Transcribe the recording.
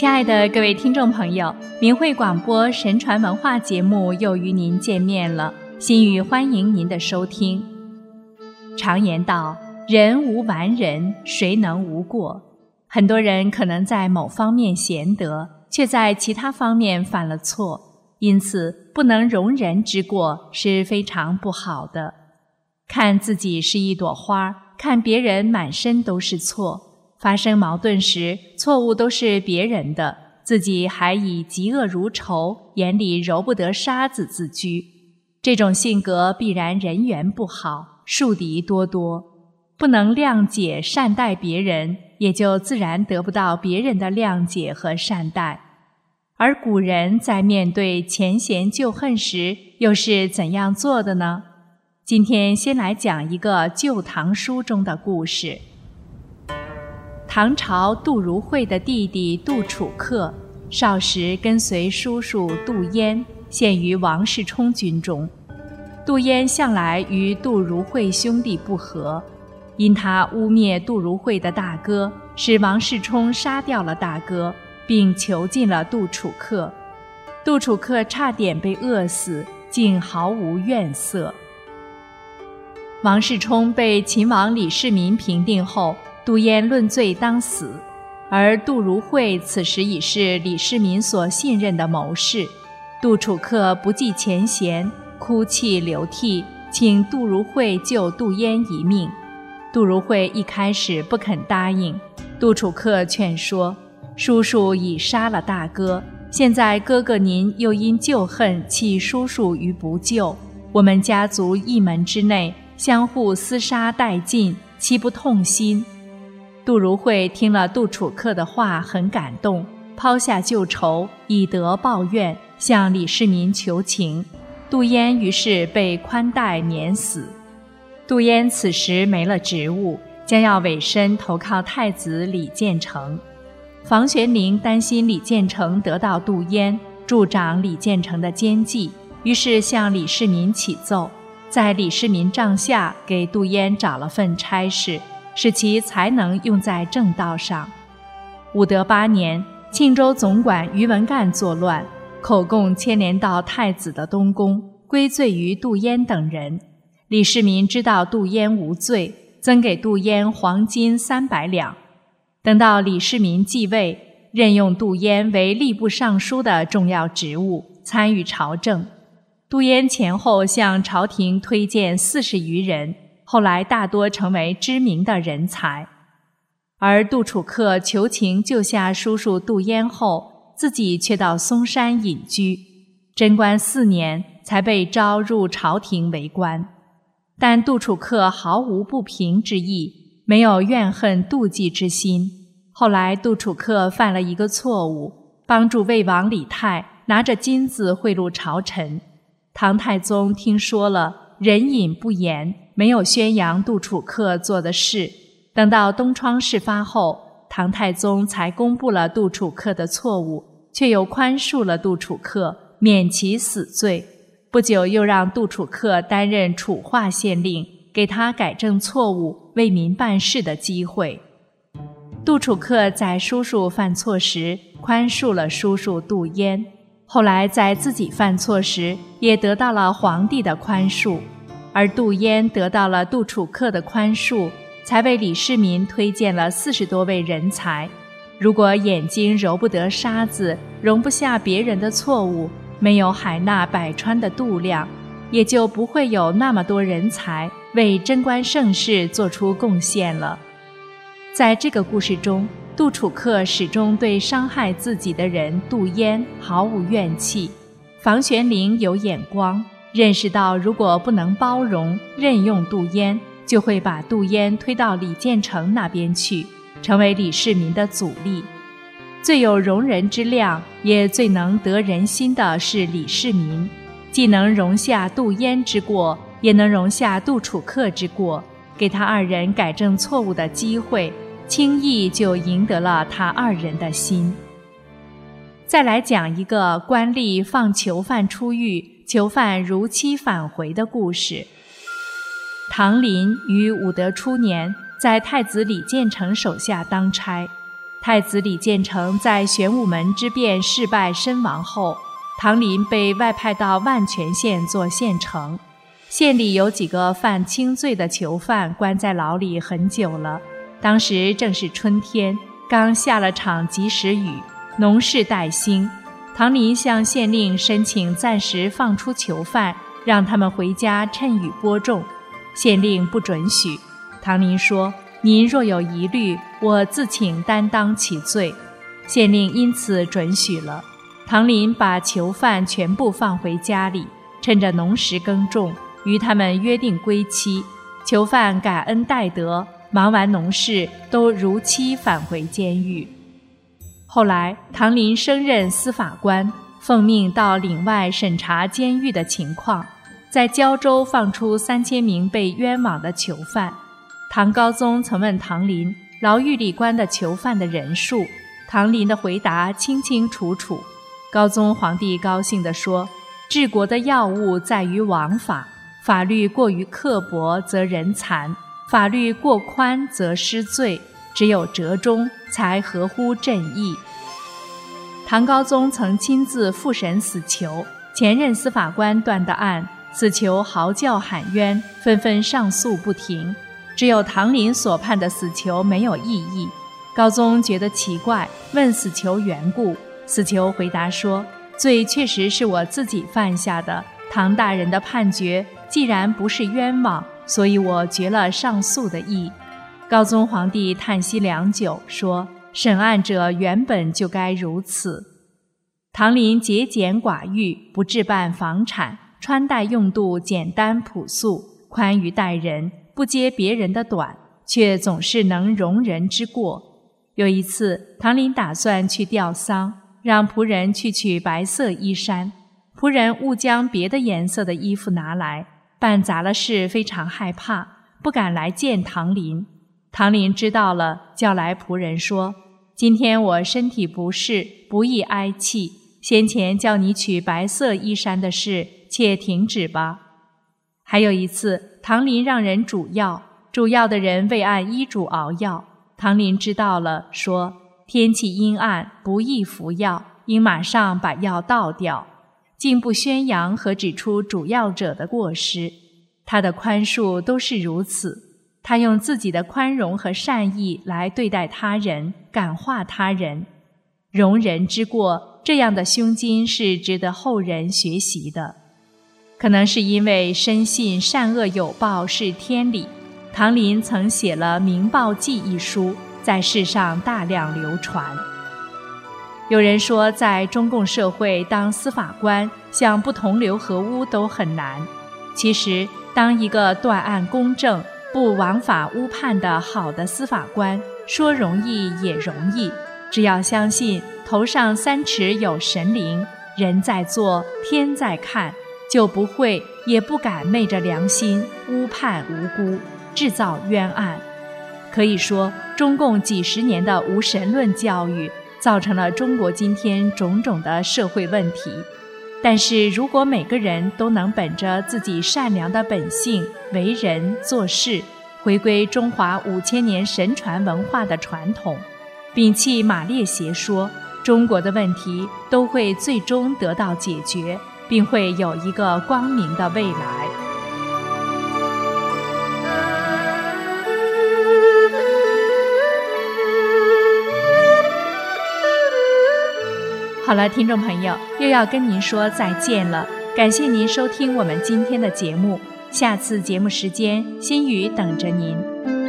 亲爱的各位听众朋友，明慧广播神传文化节目又与您见面了，心语欢迎您的收听。常言道，人无完人，谁能无过？很多人可能在某方面贤德，却在其他方面犯了错，因此不能容人之过是非常不好的。看自己是一朵花，看别人满身都是错。发生矛盾时，错误都是别人的，自己还以嫉恶如仇，眼里揉不得沙子自居。这种性格必然人缘不好，树敌多多，不能谅解善待别人，也就自然得不到别人的谅解和善待。而古人在面对前嫌旧恨时，又是怎样做的呢？今天先来讲一个《旧唐书》中的故事。唐朝杜如晦的弟弟杜楚客，少时跟随叔叔杜淹陷于王世充军中。杜淹向来与杜如晦兄弟不和，因他污蔑杜如晦的大哥，使王世充杀掉了大哥，并囚禁了杜楚客。杜楚客差点被饿死，竟毫无怨色。王世充被秦王李世民平定后，杜淹论罪当死，而杜如晦此时已是李世民所信任的谋士。杜楚客不计前嫌，哭泣流涕，请杜如晦救杜淹一命。杜如晦一开始不肯答应，杜楚客劝说，叔叔已杀了大哥，现在哥哥您又因旧恨弃叔叔于不救，我们家族一门之内相互厮杀殆尽，岂不痛心？杜如晦听了杜楚客的话，很感动，抛下旧仇，以德报怨，向李世民求情。杜淹于是被宽待免死。杜淹此时没了职务，将要委身投靠太子李建成。房玄龄担心李建成得到杜淹，助长李建成的奸计，于是向李世民启奏，在李世民帐下给杜淹找了份差事，使其才能用在正道上。武德8年，庆州总管于文干作乱，口供牵连到太子的东宫，归罪于杜淹等人。李世民知道杜淹无罪，增给杜淹黄金300两。等到李世民继位，任用杜淹为吏部尚书的重要职务，参与朝政。杜淹前后向朝廷推荐40余人，后来大多成为知名的人才。而杜楚客求情救下叔叔杜淹后，自己却到嵩山隐居，贞观4年才被招入朝廷为官。但杜楚客毫无不平之意，没有怨恨妒忌之心。后来杜楚客犯了一个错误，帮助魏王李泰拿着金子贿赂朝臣。唐太宗听说了，忍隐不言，没有宣扬杜楚客做的事。等到东窗事发后，唐太宗才公布了杜楚客的错误，却又宽恕了杜楚客，免其死罪。不久又让杜楚客担任楚化县令，给他改正错误，为民办事的机会。杜楚客在叔叔犯错时宽恕了叔叔杜淹，后来在自己犯错时也得到了皇帝的宽恕。而杜淹得到了杜楚客的宽恕，才为李世民推荐了40多位人才。如果眼睛揉不得沙子，容不下别人的错误，没有海纳百川的度量，也就不会有那么多人才为贞观盛世做出贡献了。在这个故事中，杜楚客始终对伤害自己的人杜淹毫无怨气。房玄龄有眼光，认识到如果不能包容任用杜淹，就会把杜淹推到李建成那边去，成为李世民的阻力。最有容人之量，也最能得人心的是李世民，既能容下杜淹之过，也能容下杜楚客之过，给他2人改正错误的机会，轻易就赢得了他2人的心。再来讲一个官吏放囚犯出狱，囚犯如期返回的故事。唐林于武德初年在太子李建成手下当差， 太子李建成在玄武门之变失败身亡后，唐林被外派到万全县做县丞。县里有几个犯轻罪的囚犯关在牢里很久了，当时正是春天，刚下了场及时雨，农事待兴。唐林向县令申请暂时放出囚犯，让他们回家趁雨播种。县令不准许。唐林说：“您若有疑虑，我自请担当其罪。”县令因此准许了。唐林把囚犯全部放回家里，趁着农时耕种，与他们约定归期。囚犯感恩戴德，忙完农事都如期返回监狱。后来唐林升任司法官，奉命到岭外审查监狱的情况，在胶州放出3000名被冤枉的囚犯。唐高宗曾问唐林牢狱里关的囚犯的人数，唐林的回答清清楚楚。高宗皇帝高兴地说：“治国的要务在于王法，法律过于刻薄则人残，法律过宽则失罪，只有折中才合乎正义。”唐高宗曾亲自复审死囚，前任司法官断的案，死囚嚎叫喊冤，纷纷上诉不停，只有唐林所判的死囚没有异议。高宗觉得奇怪，问死囚缘故。死囚回答说：“罪确实是我自己犯下的，唐大人的判决既然不是冤枉，所以我绝了上诉的意。”高宗皇帝叹息良久，说：“审案者原本就该如此。”唐林节俭寡欲，不置办房产，穿戴用度简单朴素，宽于待人，不揭别人的短，却总是能容人之过。有一次，唐林打算去吊丧，让仆人去取白色衣衫，仆人误将别的颜色的衣服拿来，办砸了事，非常害怕，不敢来见唐林。唐林知道了，叫来仆人说：“今天我身体不适，不易哀泣，先前叫你取白色衣衫的事，且停止吧。”还有一次，唐林让人煮药，煮药的人未按医嘱熬药，唐林知道了，说：“天气阴暗，不宜服药，应马上把药倒掉。”竟不宣扬和指出煮药者的过失。他的宽恕都是如此，他用自己的宽容和善意来对待他人，感化他人。容人之过，这样的胸襟是值得后人学习的。可能是因为深信善恶有报是天理，唐林曾写了《明报记》一书，在世上大量流传。有人说，在中共社会当司法官，想不同流合污都很难。其实，当一个断案公正、不枉法污判的好的司法官，说容易也容易。只要相信头上3尺有神灵，人在做，天在看，就不会也不敢昧着良心污判无辜，制造冤案。可以说，中共几十年的无神论教育造成了中国今天种种的社会问题。但是如果每个人都能本着自己善良的本性为人做事，回归中华5000年神传文化的传统，摒弃马列邪说，中国的问题都会最终得到解决，并会有一个光明的未来。好了，听众朋友，又要跟您说再见了，感谢您收听我们今天的节目，下次节目时间，心语等着您。